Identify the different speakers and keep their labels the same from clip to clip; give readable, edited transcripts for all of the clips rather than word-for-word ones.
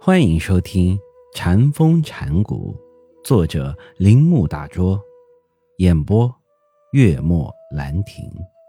Speaker 1: 欢迎收听《禅风禅谷》，作者铃木大拙，演播月末兰亭。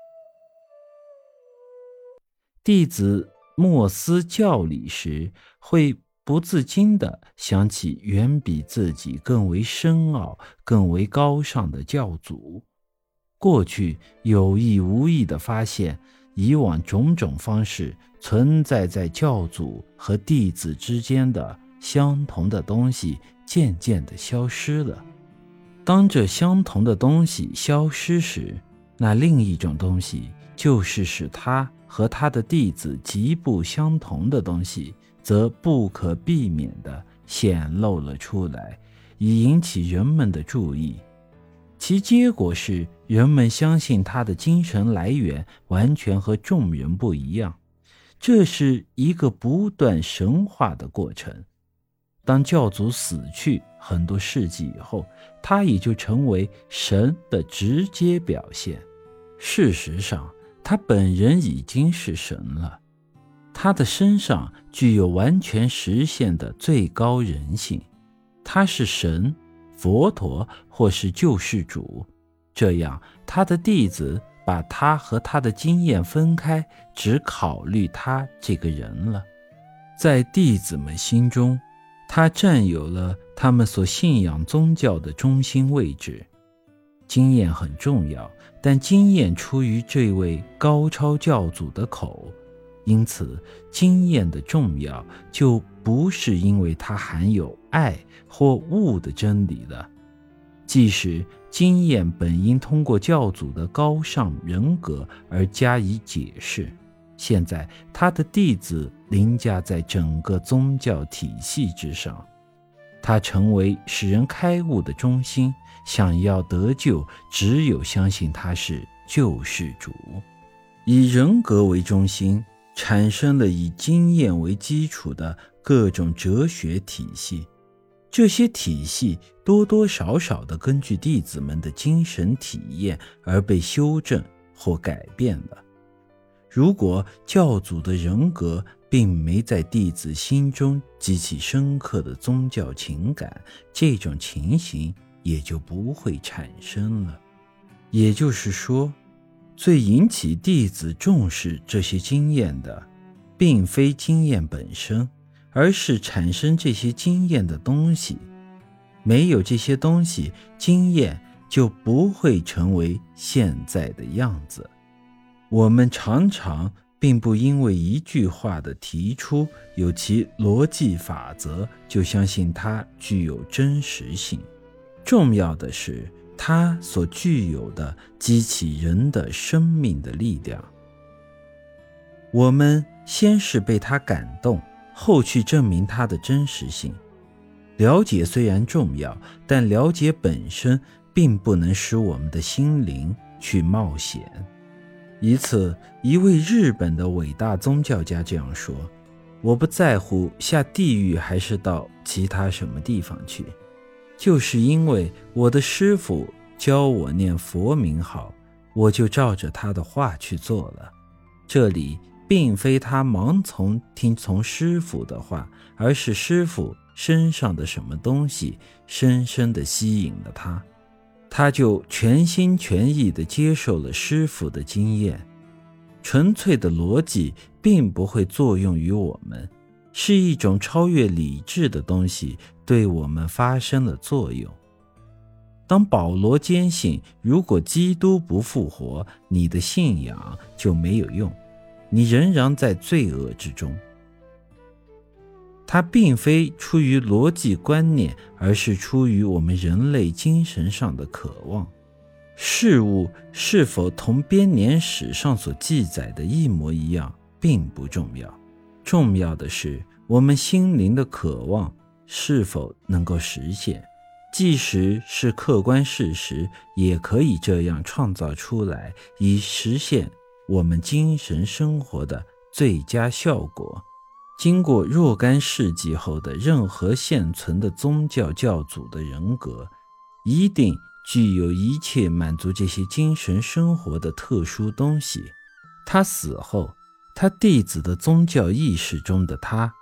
Speaker 1: 弟子默思教理时，会不自禁地想起远比自己更为深奥、更为高尚的教祖。过去有意无意地发现，以往种种方式存在在教主和弟子之间的相同的东西渐渐地消失了。当这相同的东西消失时，那另一种东西，就是使他和他的弟子极不相同的东西，则不可避免地显露了出来，以引起人们的注意。其结果是，人们相信他的精神来源完全和众人不一样。这是一个不断神化的过程。当教主死去很多世纪以后，他也就成为神的直接表现。事实上，他本人已经是神了。他的身上具有完全实现的最高人性。他是神、佛陀或是救世主，这样他的弟子把他和他的经验分开，只考虑他这个人了。在弟子们心中，他占有了他们所信仰宗教的中心位置。经验很重要，但经验出于这位高超教主的口，因此经验的重要就不是因为它含有爱或物的真理了。即使经验本应通过教主的高尚人格而加以解释，现在他的弟子凌驾在整个宗教体系之上，他成为使人开悟的中心。想要得救，只有相信他是救世主。以人格为中心，产生了以经验为基础的各种哲学体系。这些体系多多少少地根据弟子们的精神体验而被修正或改变了。如果教主的人格并没在弟子心中激起深刻的宗教情感，这种情形也就不会产生了。也就是说，最引起弟子重视这些经验的，并非经验本身，而是产生这些经验的东西。没有这些东西，经验就不会成为现在的样子。我们常常并不因为一句话的提出有其逻辑法则，就相信它具有真实性。重要的是，它所具有的激起人的生命的力量。我们先是被它感动，后去证明它的真实性。了解虽然重要，但了解本身并不能使我们的心灵去冒险。一次，一位日本的伟大宗教家这样说：我不在乎下地狱还是到其他什么地方去，就是因为我的师父教我念佛名号，我就照着他的话去做了。这里并非他盲听从师父的话，而是师父身上的什么东西深深地吸引了他，他就全心全意地接受了师父的经验。纯粹的逻辑并不会作用于我们，是一种超越理智的东西对我们发生了作用。当保罗坚信，如果基督不复活，你的信仰就没有用，你仍然在罪恶之中。它并非出于逻辑观念，而是出于我们人类精神上的渴望。事物是否同编年史上所记载的一模一样，并不重要。重要的是，我们心灵的渴望是否能够实现。即使是客观事实，也可以这样创造出来，以实现我们精神生活的最佳效果。经过若干世纪后的任何现存的宗教教主的人格，一定具有一切满足这些精神生活的特殊东西。他死后，他弟子的宗教意识中的他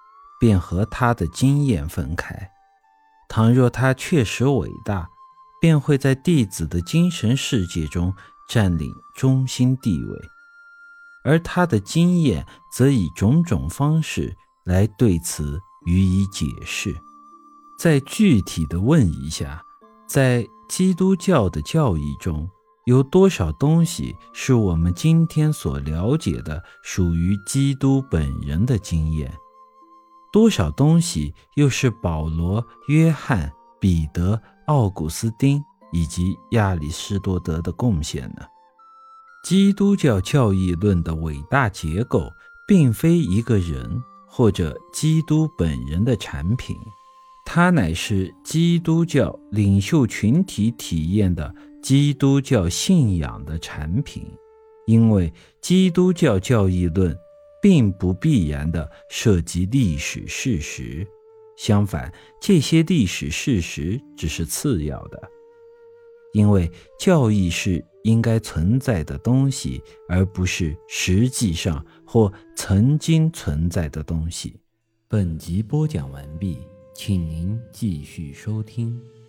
Speaker 1: 便和他的经验分开。倘若他确实伟大，便会在弟子的精神世界中占领中心地位，而他的经验则以种种方式来对此予以解释。再具体地问一下，在基督教的教义中，有多少东西是我们今天所了解的属于基督本人的经验？多少东西又是保罗、约翰、彼得、奥古斯丁以及亚里士多德的贡献呢？基督教教义论的伟大结构并非一个人或者基督本人的产品，它乃是基督教领袖群体体验的基督教信仰的产品。因为基督教教义论并不必然地涉及历史事实，相反，这些历史事实只是次要的，因为教义是应该存在的东西，而不是实际上或曾经存在的东西。本集播讲完毕，请您继续收听。